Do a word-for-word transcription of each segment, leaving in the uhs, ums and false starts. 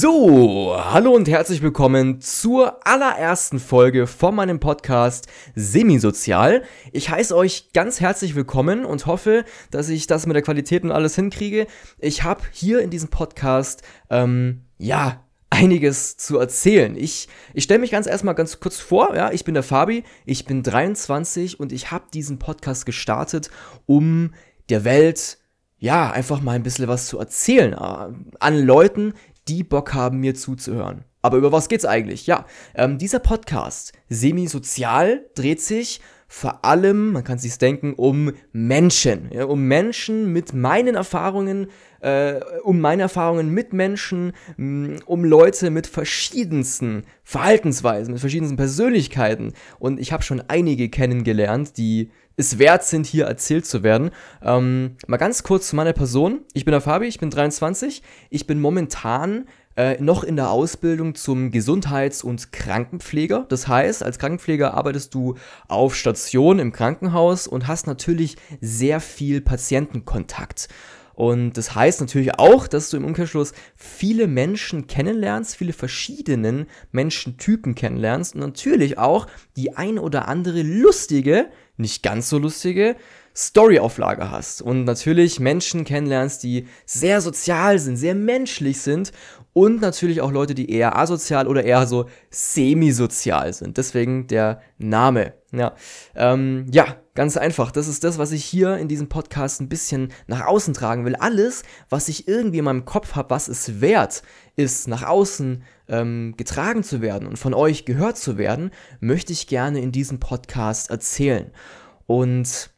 So, hallo und herzlich willkommen zur allerersten Folge von meinem Podcast Semisozial. Ich heiße euch ganz herzlich willkommen und hoffe, dass ich das mit der Qualität und alles hinkriege. Ich habe hier in diesem Podcast, ähm, ja, einiges zu erzählen. Ich, ich stelle mich ganz erstmal ganz kurz vor, ja, ich bin der Fabi, ich bin dreiundzwanzig und ich habe diesen Podcast gestartet, um der Welt, ja, einfach mal ein bisschen was zu erzählen äh, an Leuten, die Bock haben, mir zuzuhören. Aber über was geht's eigentlich? Ja, ähm, dieser Podcast, Semisozial, dreht sich vor allem, man kann sich's denken, um Menschen. Ja, um Menschen mit meinen Erfahrungen, äh, um meine Erfahrungen mit Menschen, mh, um Leute mit verschiedensten Verhaltensweisen, mit verschiedensten Persönlichkeiten. Und ich habe schon einige kennengelernt, die es wert sind, hier erzählt zu werden. Ähm, mal ganz kurz zu meiner Person. Ich bin der Fabi, ich bin dreiundzwanzig. Ich bin momentan äh, noch in der Ausbildung zum Gesundheits- und Krankenpfleger. Das heißt, als Krankenpfleger arbeitest du auf Station im Krankenhaus und hast natürlich sehr viel Patientenkontakt. Und das heißt natürlich auch, dass du im Umkehrschluss viele Menschen kennenlernst, viele verschiedenen Menschentypen kennenlernst und natürlich auch die ein oder andere lustige, nicht ganz so lustige Storyauflage hast. Und natürlich Menschen kennenlernst, die sehr sozial sind, sehr menschlich sind und natürlich auch Leute, die eher asozial oder eher so semisozial sind. Deswegen der Name. Ja, ähm, ja, ganz einfach. Das ist das, was ich hier in diesem Podcast ein bisschen nach außen tragen will. Alles, was ich irgendwie in meinem Kopf habe, was es wert ist, nach außen ähm, getragen zu werden und von euch gehört zu werden, möchte ich gerne in diesem Podcast erzählen. Und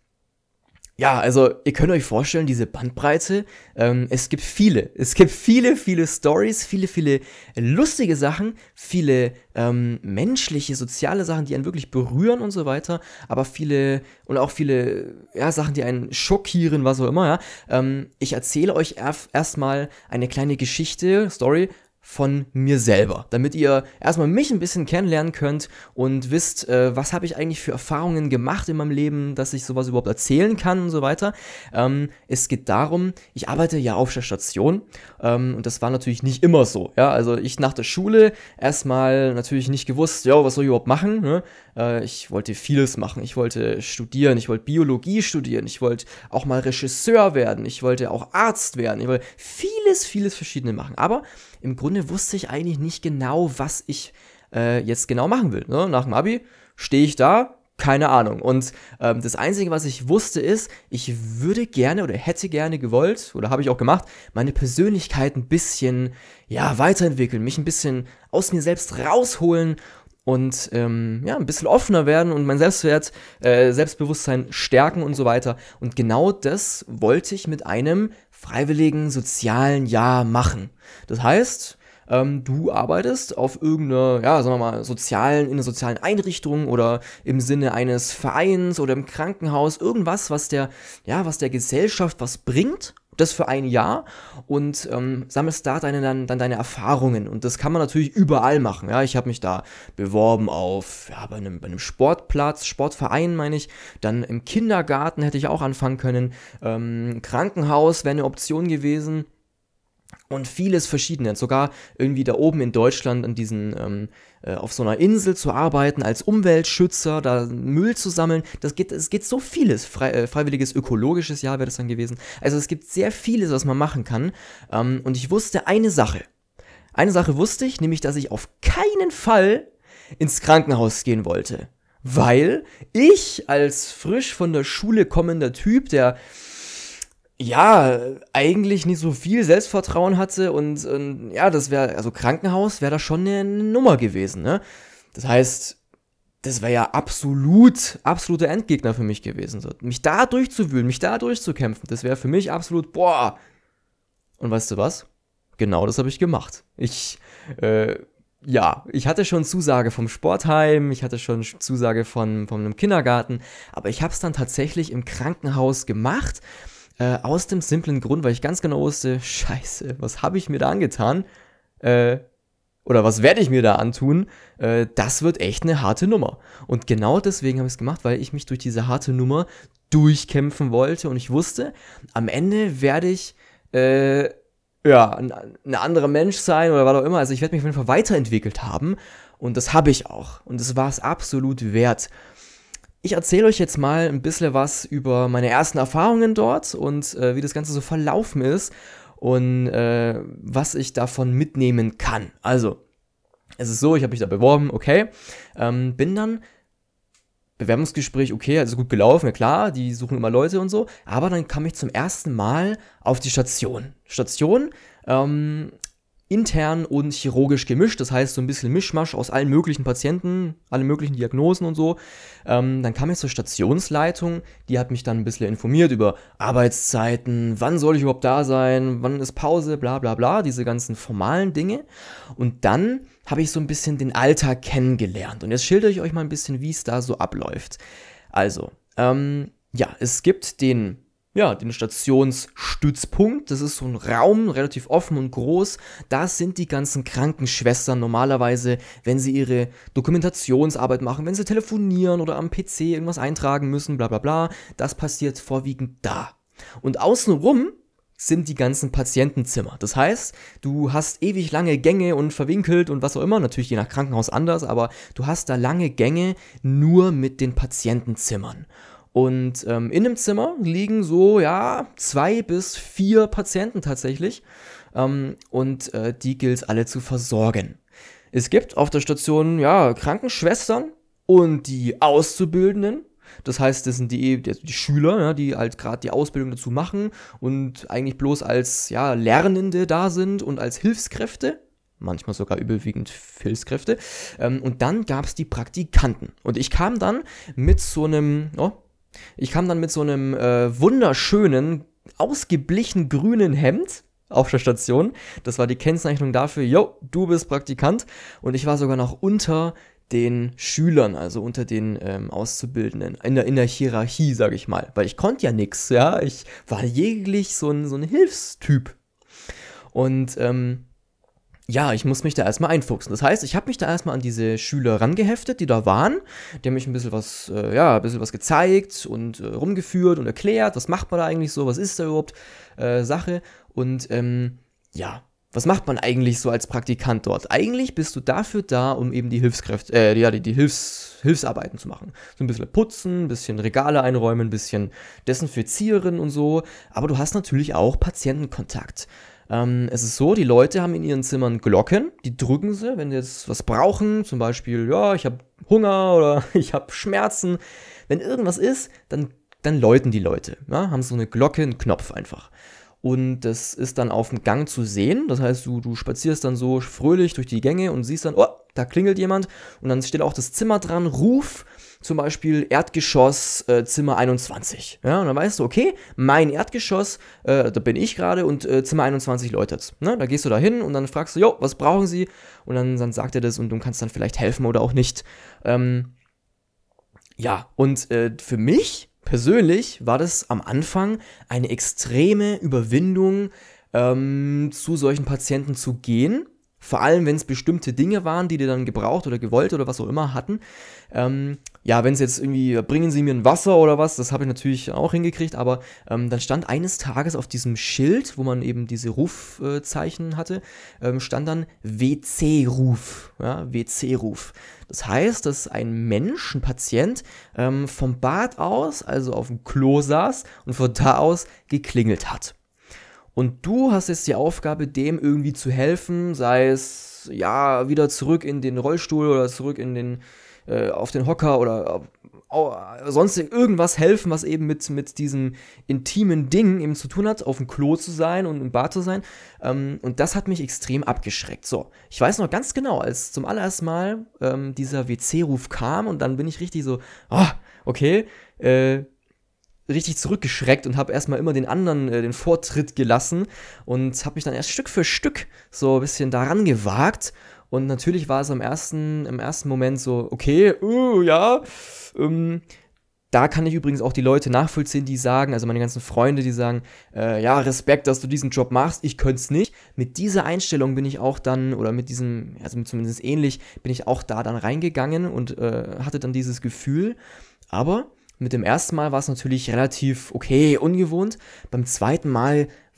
ja, also ihr könnt euch vorstellen, diese Bandbreite, ähm, es gibt viele, es gibt viele, viele Stories, viele, viele lustige Sachen, viele ähm, menschliche, soziale Sachen, die einen wirklich berühren und so weiter, aber viele und auch viele, ja, Sachen, die einen schockieren, was auch immer, ja. Ähm, ich erzähle euch erf- erstmal eine kleine Geschichte, Story, von mir selber, damit ihr erstmal mich ein bisschen kennenlernen könnt und wisst, äh, was habe ich eigentlich für Erfahrungen gemacht in meinem Leben, dass ich sowas überhaupt erzählen kann und so weiter. Ähm, es geht darum, ich arbeite ja auf der Station ähm, und das war natürlich nicht immer so, ja, also ich nach der Schule erstmal natürlich nicht gewusst, ja, was soll ich überhaupt machen, ne? äh, ich wollte vieles machen, ich wollte studieren, ich wollte Biologie studieren, ich wollte auch mal Regisseur werden, ich wollte auch Arzt werden, ich wollte vieles, vieles Verschiedene machen, aber im Grunde wusste ich eigentlich nicht genau, was ich äh, jetzt genau machen will. Ne? Nach dem Abi stehe ich da, keine Ahnung. Und ähm, das Einzige, was ich wusste, ist, ich würde gerne oder hätte gerne gewollt, oder habe ich auch gemacht, meine Persönlichkeit ein bisschen ja, weiterentwickeln, mich ein bisschen aus mir selbst rausholen und ähm, ja, ein bisschen offener werden und mein Selbstwert, äh, Selbstbewusstsein stärken und so weiter. Und genau das wollte ich mit einem freiwilligen sozialen Jahr machen. Das heißt, ähm, du arbeitest auf irgendeiner, ja, sagen wir mal, sozialen, in einer sozialen Einrichtung oder im Sinne eines Vereins oder im Krankenhaus, irgendwas, was der, ja, was der Gesellschaft was bringt. Das für ein Jahr und ähm, sammelst da deine, dann, dann deine Erfahrungen. Und das kann man natürlich überall machen. Ja, ich habe mich da beworben auf, ja, bei einem, bei einem Sportplatz, Sportverein meine ich. Dann im Kindergarten hätte ich auch anfangen können. Ähm, Krankenhaus wäre eine Option gewesen. Und vieles Verschiedene. Sogar irgendwie da oben in Deutschland an diesen, ähm, äh, auf so einer Insel zu arbeiten, als Umweltschützer, da Müll zu sammeln. Das geht, es geht so vieles. Frei, äh, freiwilliges ökologisches Jahr wäre das dann gewesen. Also es gibt sehr vieles, was man machen kann. Ähm, und ich wusste eine Sache. Eine Sache wusste ich, nämlich, dass ich auf keinen Fall ins Krankenhaus gehen wollte. Weil ich als frisch von der Schule kommender Typ, der ja, eigentlich nicht so viel Selbstvertrauen hatte und, und ja, das wäre, also Krankenhaus wäre da schon eine Nummer gewesen, ne? Das heißt, das wäre ja absolut, absoluter Endgegner für mich gewesen, so. Mich da durchzuwühlen, mich da durchzukämpfen, das wäre für mich absolut, boah. Und weißt du was? Genau das habe ich gemacht. Ich, äh, ja, ich hatte schon Zusage vom Sportheim, ich hatte schon Zusage von, von einem Kindergarten, aber ich habe es dann tatsächlich im Krankenhaus gemacht. Äh, aus dem simplen Grund, weil ich ganz genau wusste, scheiße, was habe ich mir da angetan? Äh, oder was werde ich mir da antun? Äh, das wird echt eine harte Nummer. Und genau deswegen habe ich es gemacht, weil ich mich durch diese harte Nummer durchkämpfen wollte und ich wusste, am Ende werde ich äh, ja, ein, ein anderer Mensch sein oder was auch immer. Also ich werde mich auf jeden Fall weiterentwickelt haben und das habe ich auch. Und das war es absolut wert. Ich erzähle euch jetzt mal ein bisschen was über meine ersten Erfahrungen dort und äh, wie das Ganze so verlaufen ist und äh, was ich davon mitnehmen kann. Also, es ist so, ich habe mich da beworben, okay, ähm, bin dann Bewerbungsgespräch, okay, also gut gelaufen, ja klar, die suchen immer Leute und so, aber dann kam ich zum ersten Mal auf die Station. Station, ähm, intern und chirurgisch gemischt, das heißt so ein bisschen Mischmasch aus allen möglichen Patienten, alle möglichen Diagnosen und so. Ähm, dann kam ich zur Stationsleitung, die hat mich dann ein bisschen informiert über Arbeitszeiten, wann soll ich überhaupt da sein, wann ist Pause, bla bla bla, diese ganzen formalen Dinge. Und dann habe ich so ein bisschen den Alltag kennengelernt. Und jetzt schildere ich euch mal ein bisschen, wie es da so abläuft. Also, ähm, ja, es gibt den ja, den Stationsstützpunkt. Das ist so ein Raum, relativ offen und groß. Da sind die ganzen Krankenschwestern normalerweise, wenn sie ihre Dokumentationsarbeit machen, wenn sie telefonieren oder am P C irgendwas eintragen müssen, bla bla bla. Das passiert vorwiegend da. Und außenrum sind die ganzen Patientenzimmer. Das heißt, du hast ewig lange Gänge und verwinkelt und was auch immer, natürlich je nach Krankenhaus anders, aber du hast da lange Gänge nur mit den Patientenzimmern. Und ähm, in dem Zimmer liegen so, ja, zwei bis vier Patienten tatsächlich. Ähm, und äh, die gilt es alle zu versorgen. Es gibt auf der Station, ja, Krankenschwestern und die Auszubildenden. Das heißt, das sind die, die, die Schüler, ja, die halt gerade die Ausbildung dazu machen und eigentlich bloß als, ja, Lernende da sind und als Hilfskräfte. Manchmal sogar überwiegend Hilfskräfte. Ähm, und dann gab es die Praktikanten. Und ich kam dann mit so einem, oh, Ich kam dann mit so einem äh, wunderschönen, ausgeblichen grünen Hemd auf der Station. Das war die Kennzeichnung dafür, yo, du bist Praktikant. Und ich war sogar noch unter den Schülern, also unter den ähm, Auszubildenden, in der, in der Hierarchie, sage ich mal. Weil ich konnte ja nichts, ja. Ich war jeglich so ein, so ein Hilfstyp. Und ähm, ja, ich muss mich da erstmal einfuchsen. Das heißt, ich habe mich da erstmal an diese Schüler rangeheftet, die da waren. Die haben mich ein bisschen was, äh, ja, ein bisschen was gezeigt und äh, rumgeführt und erklärt, was macht man da eigentlich so, was ist da überhaupt äh, Sache. Und ähm, ja, was macht man eigentlich so als Praktikant dort? Eigentlich bist du dafür da, um eben die Hilfskräfte, äh, ja, die, die Hilfs, Hilfsarbeiten zu machen. So ein bisschen putzen, ein bisschen Regale einräumen, ein bisschen desinfizieren und so. Aber du hast natürlich auch Patientenkontakt. Ähm, es ist so, die Leute haben in ihren Zimmern Glocken, die drücken sie, wenn sie jetzt was brauchen, zum Beispiel, ja, ich habe Hunger oder ich habe Schmerzen. Wenn irgendwas ist, dann, dann läuten die Leute, ja, haben so eine Glocke, einen Knopf einfach. Und das ist dann auf dem Gang zu sehen, das heißt, du, du spazierst dann so fröhlich durch die Gänge und siehst dann, oh, da klingelt jemand und dann steht auch das Zimmer dran, Ruf, zum Beispiel Erdgeschoss, äh, Zimmer einundzwanzig. Ja, und dann weißt du, okay, mein Erdgeschoss, äh, da bin ich gerade und äh, Zimmer einundzwanzig läutet's. Ne? Da gehst du da hin und dann fragst du, jo, was brauchen sie? Und dann, dann sagt er das und du kannst dann vielleicht helfen oder auch nicht. Ähm, ja, und äh, für mich persönlich war das am Anfang eine extreme Überwindung, ähm, zu solchen Patienten zu gehen. Vor allem, wenn es bestimmte Dinge waren, die die dann gebraucht oder gewollt oder was auch immer hatten. Ähm, ja, wenn es jetzt irgendwie, bringen Sie mir ein Wasser oder was, das habe ich natürlich auch hingekriegt, aber ähm, dann stand eines Tages auf diesem Schild, wo man eben diese Rufzeichen äh, hatte, ähm, stand dann W C-Ruf, ja, W C-Ruf. Das heißt, dass ein Mensch, ein Patient, ähm, vom Bad aus, also auf dem Klo saß und von da aus geklingelt hat. Und du hast jetzt die Aufgabe, dem irgendwie zu helfen, sei es, ja, wieder zurück in den Rollstuhl oder zurück in den, äh, auf den Hocker oder äh, sonst irgendwas helfen, was eben mit, mit diesem intimen Ding eben zu tun hat, auf dem Klo zu sein und im Bad zu sein. Ähm, und das hat mich extrem abgeschreckt. So, ich weiß noch ganz genau, als zum allerersten Mal ähm, dieser W C-Ruf kam und dann bin ich richtig so, oh, okay, äh, richtig zurückgeschreckt und habe erstmal immer den anderen äh, den Vortritt gelassen und habe mich dann erst Stück für Stück so ein bisschen daran gewagt. Und natürlich war es am ersten, im ersten Moment so, okay, uh, ja, ähm, da kann ich übrigens auch die Leute nachvollziehen, die sagen, also meine ganzen Freunde, die sagen, äh, ja, Respekt, dass du diesen Job machst, ich könnte es nicht. Mit dieser Einstellung bin ich auch dann, oder mit diesem, also zumindest ähnlich, bin ich auch da dann reingegangen und äh, hatte dann dieses Gefühl, aber mit dem ersten Mal war es natürlich relativ okay, ungewohnt. Beim zweiten Mal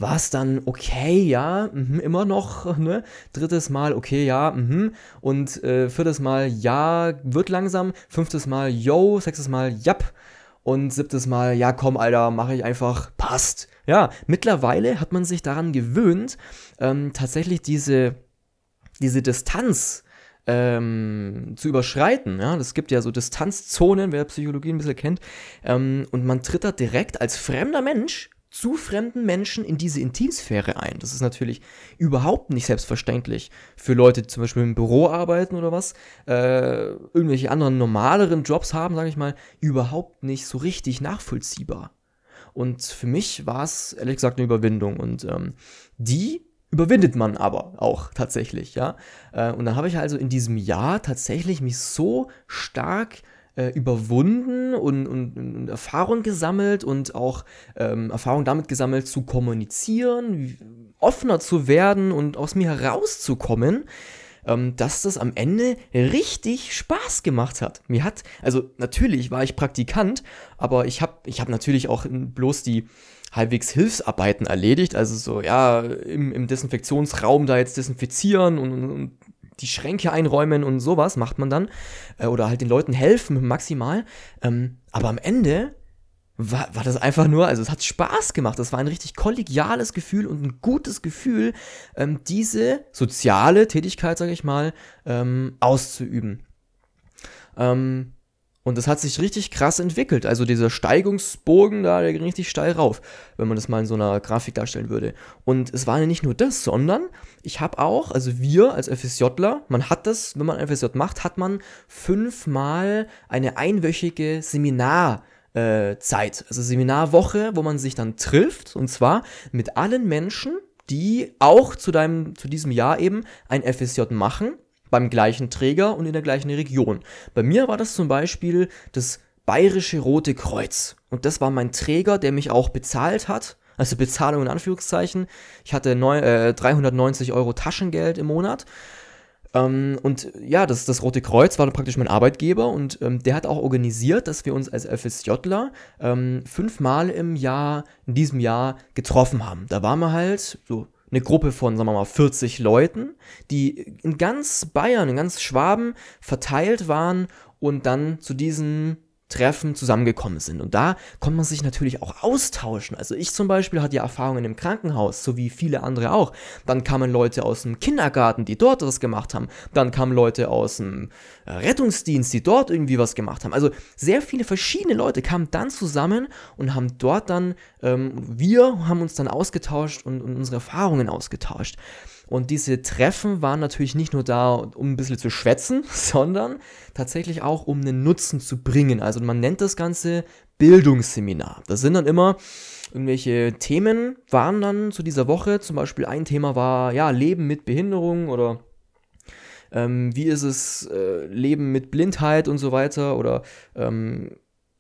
war es dann okay, ja, mhm, immer noch, ne? Drittes Mal, okay, ja, mhm. Und äh, viertes Mal, ja, wird langsam. Fünftes Mal, yo. Sechstes Mal, japp. Und siebtes Mal, ja, komm, Alter, mache ich einfach, passt. Ja, mittlerweile hat man sich daran gewöhnt, ähm, tatsächlich diese, diese Distanz ähm, zu überschreiten. Ja, es gibt ja so Distanzzonen, wer Psychologie ein bisschen kennt. Ähm, und man tritt da direkt als fremder Mensch zu fremden Menschen in diese Intimsphäre ein. Das ist natürlich überhaupt nicht selbstverständlich für Leute, die zum Beispiel im Büro arbeiten oder was, äh, irgendwelche anderen normaleren Jobs haben, sage ich mal, überhaupt nicht so richtig nachvollziehbar. Und für mich war es, ehrlich gesagt, eine Überwindung. Und ähm, die überwindet man aber auch tatsächlich, ja. Äh, und dann habe ich also in diesem Jahr tatsächlich mich so stark äh, überwunden und, und, und Erfahrung gesammelt und auch ähm, Erfahrung damit gesammelt, zu kommunizieren, wie, offener zu werden und aus mir herauszukommen, ähm, dass das am Ende richtig Spaß gemacht hat. Mir hat, also natürlich war ich Praktikant, aber ich habe ich hab natürlich auch bloß die halbwegs Hilfsarbeiten erledigt, also so, ja, im, im Desinfektionsraum da jetzt desinfizieren und, und, und die Schränke einräumen und sowas macht man dann. Äh, oder halt den Leuten helfen, maximal. Ähm, aber am Ende war, war das einfach nur, also es hat Spaß gemacht. Das war ein richtig kollegiales Gefühl und ein gutes Gefühl, ähm, diese soziale Tätigkeit, sage ich mal, ähm, auszuüben. Ähm, Und das hat sich richtig krass entwickelt. Also dieser Steigungsbogen da, der ging richtig steil rauf, wenn man das mal in so einer Grafik darstellen würde. Und es war ja nicht nur das, sondern ich habe auch, also wir als FSJler, man hat das, wenn man F S J macht, hat man fünfmal eine einwöchige Seminar äh, Zeit, also Seminarwoche, wo man sich dann trifft, und zwar mit allen Menschen, die auch zu deinem, zu diesem Jahr eben ein F S J machen, beim gleichen Träger und in der gleichen Region. Bei mir war das zum Beispiel das Bayerische Rote Kreuz. Und das war mein Träger, der mich auch bezahlt hat. Also Bezahlung in Anführungszeichen. Ich hatte neun, äh, dreihundertneunzig Euro Taschengeld im Monat. Ähm, und ja, das, das Rote Kreuz war dann praktisch mein Arbeitgeber. Und ähm, der hat auch organisiert, dass wir uns als FSJler ähm, fünfmal im Jahr, in diesem Jahr getroffen haben. Da waren wir halt so eine Gruppe von, sagen wir mal, vierzig Leuten, die in ganz Bayern, in ganz Schwaben verteilt waren und dann zu diesen Treffen zusammengekommen sind. Und da konnte man sich natürlich auch austauschen. Also ich zum Beispiel hatte ja Erfahrungen im Krankenhaus, so wie viele andere auch. Dann kamen Leute aus dem Kindergarten, die dort was gemacht haben. Dann kamen Leute aus dem Rettungsdienst, die dort irgendwie was gemacht haben. Also sehr viele verschiedene Leute kamen dann zusammen und haben dort dann, ähm, wir haben uns dann ausgetauscht und, und unsere Erfahrungen ausgetauscht. Und diese Treffen waren natürlich nicht nur da, um ein bisschen zu schwätzen, sondern tatsächlich auch, um einen Nutzen zu bringen. Also man nennt das Ganze Bildungsseminar. Das sind dann immer irgendwelche Themen, waren dann zu dieser Woche. Zum Beispiel ein Thema war, ja, Leben mit Behinderung oder ähm, wie ist es, äh, Leben mit Blindheit und so weiter oder ähm,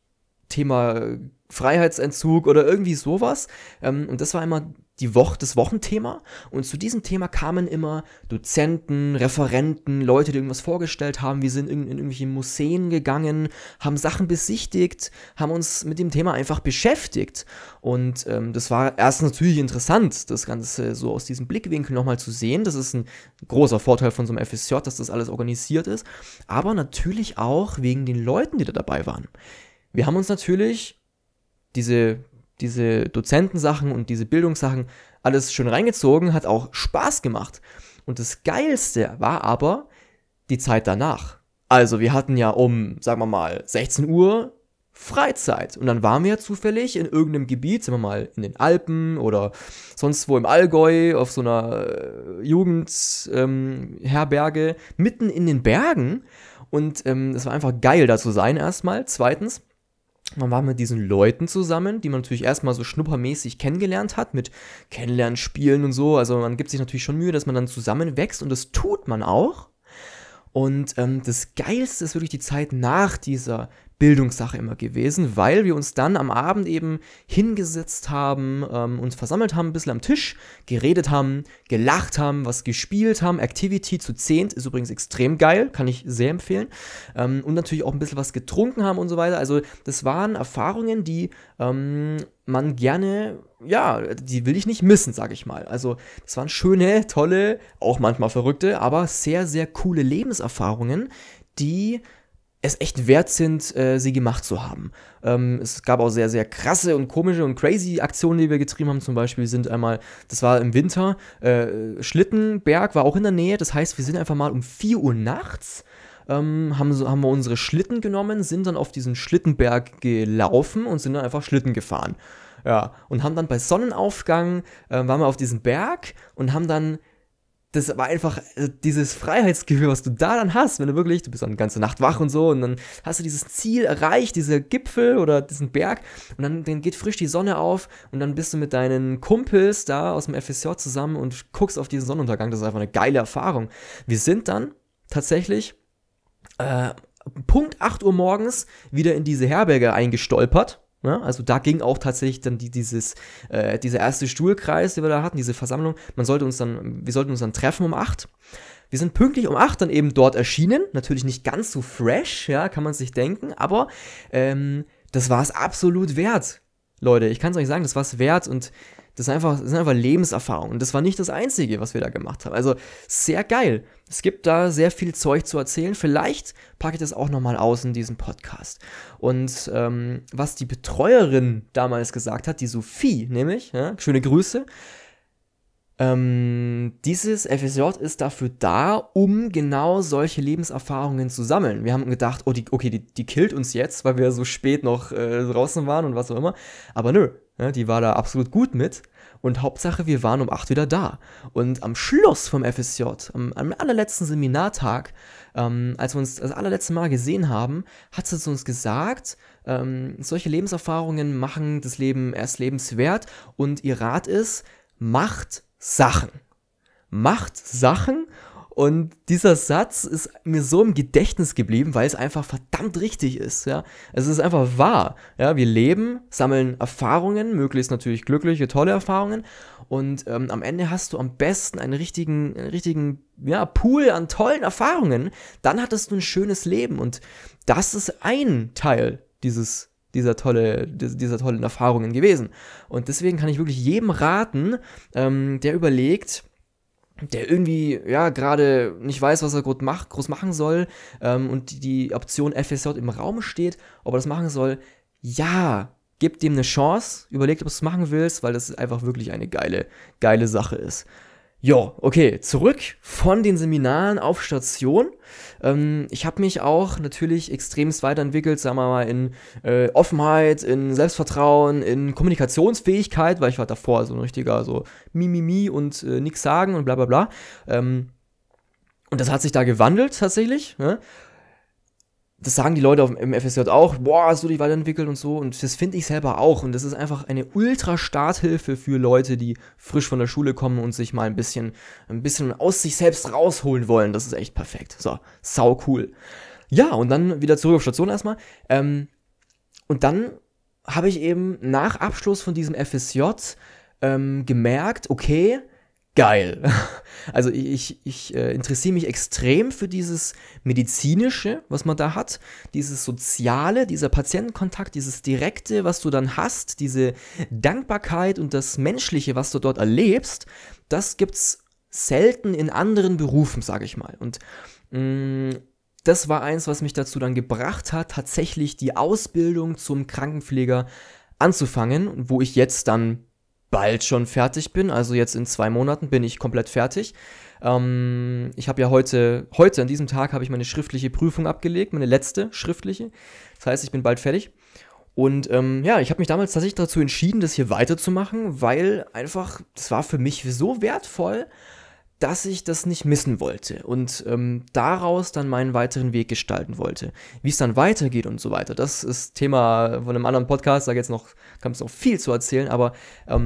Thema Freiheitsentzug oder irgendwie sowas. Ähm, und das war immer die Woche, das Wochenthema. Und zu diesem Thema kamen immer Dozenten, Referenten, Leute, die irgendwas vorgestellt haben. Wir sind in, in irgendwelche Museen gegangen, haben Sachen besichtigt, haben uns mit dem Thema einfach beschäftigt. Und ähm, das war erst natürlich interessant, das Ganze so aus diesem Blickwinkel nochmal zu sehen. Das ist ein großer Vorteil von so einem F S J, dass das alles organisiert ist. Aber natürlich auch wegen den Leuten, die da dabei waren. Wir haben uns natürlich diese diese Dozentensachen und diese Bildungssachen alles schön reingezogen, hat auch Spaß gemacht. Und das Geilste war aber die Zeit danach. Also wir hatten ja um, sagen wir mal, sechzehn Uhr Freizeit. Und dann waren wir zufällig in irgendeinem Gebiet, sagen wir mal in den Alpen oder sonst wo im Allgäu auf so einer äh, Jugendherberge, ähm, mitten in den Bergen. Und ähm, es war einfach geil, da zu sein erstmal. Zweitens, man war mit diesen Leuten zusammen, die man natürlich erstmal so schnuppermäßig kennengelernt hat, mit Kennenlernspielen und so. Also man gibt sich natürlich schon Mühe, dass man dann zusammenwächst und das tut man auch. Und ähm, das Geilste ist wirklich die Zeit nach dieser Bildungssache immer gewesen, weil wir uns dann am Abend eben hingesetzt haben, ähm, uns versammelt haben, ein bisschen am Tisch, geredet haben, gelacht haben, was gespielt haben. Activity zu zehnt ist übrigens extrem geil, kann ich sehr empfehlen. Ähm, und natürlich auch ein bisschen was getrunken haben und so weiter. Also das waren Erfahrungen, die ähm, man gerne, ja, die will ich nicht missen, sag ich mal. Also das waren schöne, tolle, auch manchmal verrückte, aber sehr, sehr coole Lebenserfahrungen, die es echt wert sind, äh, sie gemacht zu haben. Ähm, es gab auch sehr, sehr krasse und komische und crazy Aktionen, die wir getrieben haben. Zum Beispiel sind einmal, das war im Winter, äh, Schlittenberg war auch in der Nähe. Das heißt, wir sind einfach mal um vier Uhr nachts, ähm, haben, so, haben wir unsere Schlitten genommen, sind dann auf diesen Schlittenberg gelaufen und sind dann einfach Schlitten gefahren. Ja, und haben dann bei Sonnenaufgang, äh, waren wir auf diesem Berg und haben dann, das war einfach äh, dieses Freiheitsgefühl, was du da dann hast, wenn du wirklich, du bist dann die ganze Nacht wach und so und dann hast du dieses Ziel erreicht, dieser Gipfel oder diesen Berg und dann, dann geht frisch die Sonne auf und dann bist du mit deinen Kumpels da aus dem F S J zusammen und guckst auf diesen Sonnenuntergang. Das ist einfach eine geile Erfahrung. Wir sind dann tatsächlich äh, Punkt acht Uhr morgens wieder in diese Herberge eingestolpert. Ja, also da ging auch tatsächlich dann die, dieses, äh, dieser erste Stuhlkreis, den wir da hatten, diese Versammlung. Man sollte uns dann, wir sollten uns dann treffen um acht. Wir sind pünktlich um acht dann eben dort erschienen. Natürlich nicht ganz so fresh, ja, kann man sich denken, aber ähm, das war es absolut wert. Leute, ich kann es euch sagen, das war es wert und das, ist einfach, das sind einfach Lebenserfahrungen. Und das war nicht das Einzige, was wir da gemacht haben. Also sehr geil. Es gibt da sehr viel Zeug zu erzählen. Vielleicht packe ich das auch nochmal aus in diesem Podcast. Und ähm, was die Betreuerin damals gesagt hat, die Sophie nämlich, ja, schöne Grüße, Ähm, dieses F S J ist dafür da, um genau solche Lebenserfahrungen zu sammeln. Wir haben gedacht, oh, die, okay, die, die killt uns jetzt, weil wir so spät noch äh, draußen waren und was auch immer. Aber nö, ja, die war da absolut gut mit. Und Hauptsache, wir waren um acht wieder da. Und am Schluss vom F S J, am, am allerletzten Seminartag, ähm, als wir uns das allerletzte Mal gesehen haben, hat sie zu uns gesagt, ähm, solche Lebenserfahrungen machen das Leben erst lebenswert. Und ihr Rat ist, macht Sachen. Macht Sachen und dieser Satz ist mir so im Gedächtnis geblieben, weil es einfach verdammt richtig ist, ja. Es ist einfach wahr, ja. Wir leben, sammeln Erfahrungen, möglichst natürlich glückliche, tolle Erfahrungen und ähm, am Ende hast du am besten einen richtigen, einen richtigen, ja, Pool an tollen Erfahrungen. Dann hattest du ein schönes Leben und das ist ein Teil dieses dieser tolle, dieser tollen Erfahrungen gewesen. Und deswegen kann ich wirklich jedem raten, ähm, der überlegt, der irgendwie, ja, gerade nicht weiß, was er groß, mach, groß machen soll ähm, und die, die Option F S J im Raum steht, ob er das machen soll, ja, gib dem eine Chance, überlegt, ob du es machen willst, weil das einfach wirklich eine geile, geile Sache ist. Jo, okay, zurück von den Seminaren auf Station. Ähm, ich habe mich auch natürlich extremst weiterentwickelt, sagen wir mal, in äh, Offenheit, in Selbstvertrauen, in Kommunikationsfähigkeit, weil ich war davor so ein richtiger so Mimimi und äh, nix sagen und bla bla bla. Ähm, und das hat sich da gewandelt tatsächlich, ne? Das sagen die Leute auf, im F S J auch, boah, hast du dich weiterentwickelt und so. Und das finde ich selber auch. Und das ist einfach eine Ultra-Starthilfe für Leute, die frisch von der Schule kommen und sich mal ein bisschen, ein bisschen aus sich selbst rausholen wollen. Das ist echt perfekt. So, sau cool. Ja, und dann wieder zurück auf Station erstmal. Ähm, und dann habe ich eben nach Abschluss von diesem F S J ähm, gemerkt, okay, geil. Also ich, ich äh, interessiere mich extrem für dieses Medizinische, was man da hat, dieses Soziale, dieser Patientenkontakt, dieses Direkte, was du dann hast, diese Dankbarkeit und das Menschliche, was du dort erlebst, das gibt's selten in anderen Berufen, sage ich mal. Und mh, das war eins, was mich dazu dann gebracht hat, tatsächlich die Ausbildung zum Krankenpfleger anzufangen, wo ich jetzt dann bald schon fertig bin, also jetzt in zwei Monaten bin ich komplett fertig. Ähm, ich habe ja heute, heute an diesem Tag habe ich meine schriftliche Prüfung abgelegt, meine letzte schriftliche. Das heißt, ich bin bald fertig. Und ähm, ja, ich habe mich damals tatsächlich dazu entschieden, das hier weiterzumachen, weil einfach, das war für mich so wertvoll, dass ich das nicht missen wollte und ähm, daraus dann meinen weiteren Weg gestalten wollte. Wie es dann weitergeht und so weiter, das ist Thema von einem anderen Podcast, da jetzt noch, kann es noch viel zu erzählen, aber ähm,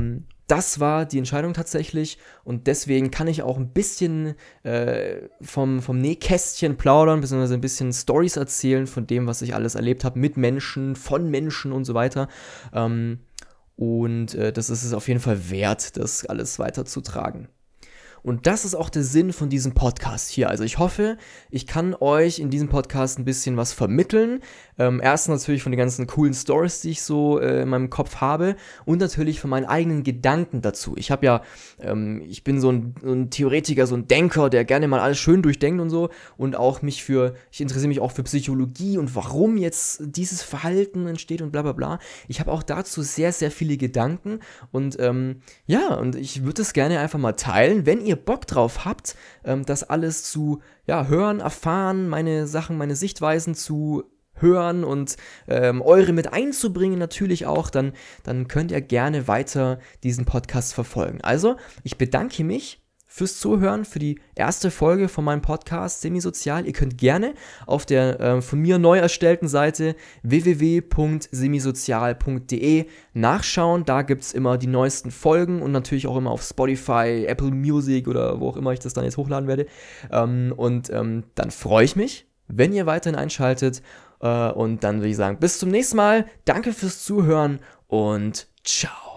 das war die Entscheidung tatsächlich und deswegen kann ich auch ein bisschen äh, vom, vom Nähkästchen plaudern, beziehungsweise ein bisschen Storys erzählen von dem, was ich alles erlebt habe mit Menschen, von Menschen und so weiter. Ähm, und äh, das ist es auf jeden Fall wert, das alles weiterzutragen. Und das ist auch der Sinn von diesem Podcast hier. Also ich hoffe, ich kann euch in diesem Podcast ein bisschen was vermitteln. Ähm, erstens natürlich von den ganzen coolen Stories, die ich so äh, in meinem Kopf habe und natürlich von meinen eigenen Gedanken dazu. Ich habe ja, ähm, ich bin so ein, so ein Theoretiker, so ein Denker, der gerne mal alles schön durchdenkt und so und auch mich für, ich interessiere mich auch für Psychologie und warum jetzt dieses Verhalten entsteht und bla bla bla. Ich habe auch dazu sehr, sehr viele Gedanken und ähm, ja, und ich würde es gerne einfach mal teilen, wenn ihr Bock drauf habt, ähm, das alles zu ja, hören, erfahren, meine Sachen, meine Sichtweisen zu hören und ähm, eure mit einzubringen natürlich auch, dann, dann könnt ihr gerne weiter diesen Podcast verfolgen. Also, ich bedanke mich fürs Zuhören, für die erste Folge von meinem Podcast Semisozial. Ihr könnt gerne auf der äh, von mir neu erstellten Seite w w w punkt semisozial punkt d e nachschauen. Da gibt es immer die neuesten Folgen und natürlich auch immer auf Spotify, Apple Music oder wo auch immer ich das dann jetzt hochladen werde. Ähm, und ähm, dann freue ich mich, wenn ihr weiterhin einschaltet. Äh, und dann würde ich sagen, bis zum nächsten Mal. Danke fürs Zuhören und ciao.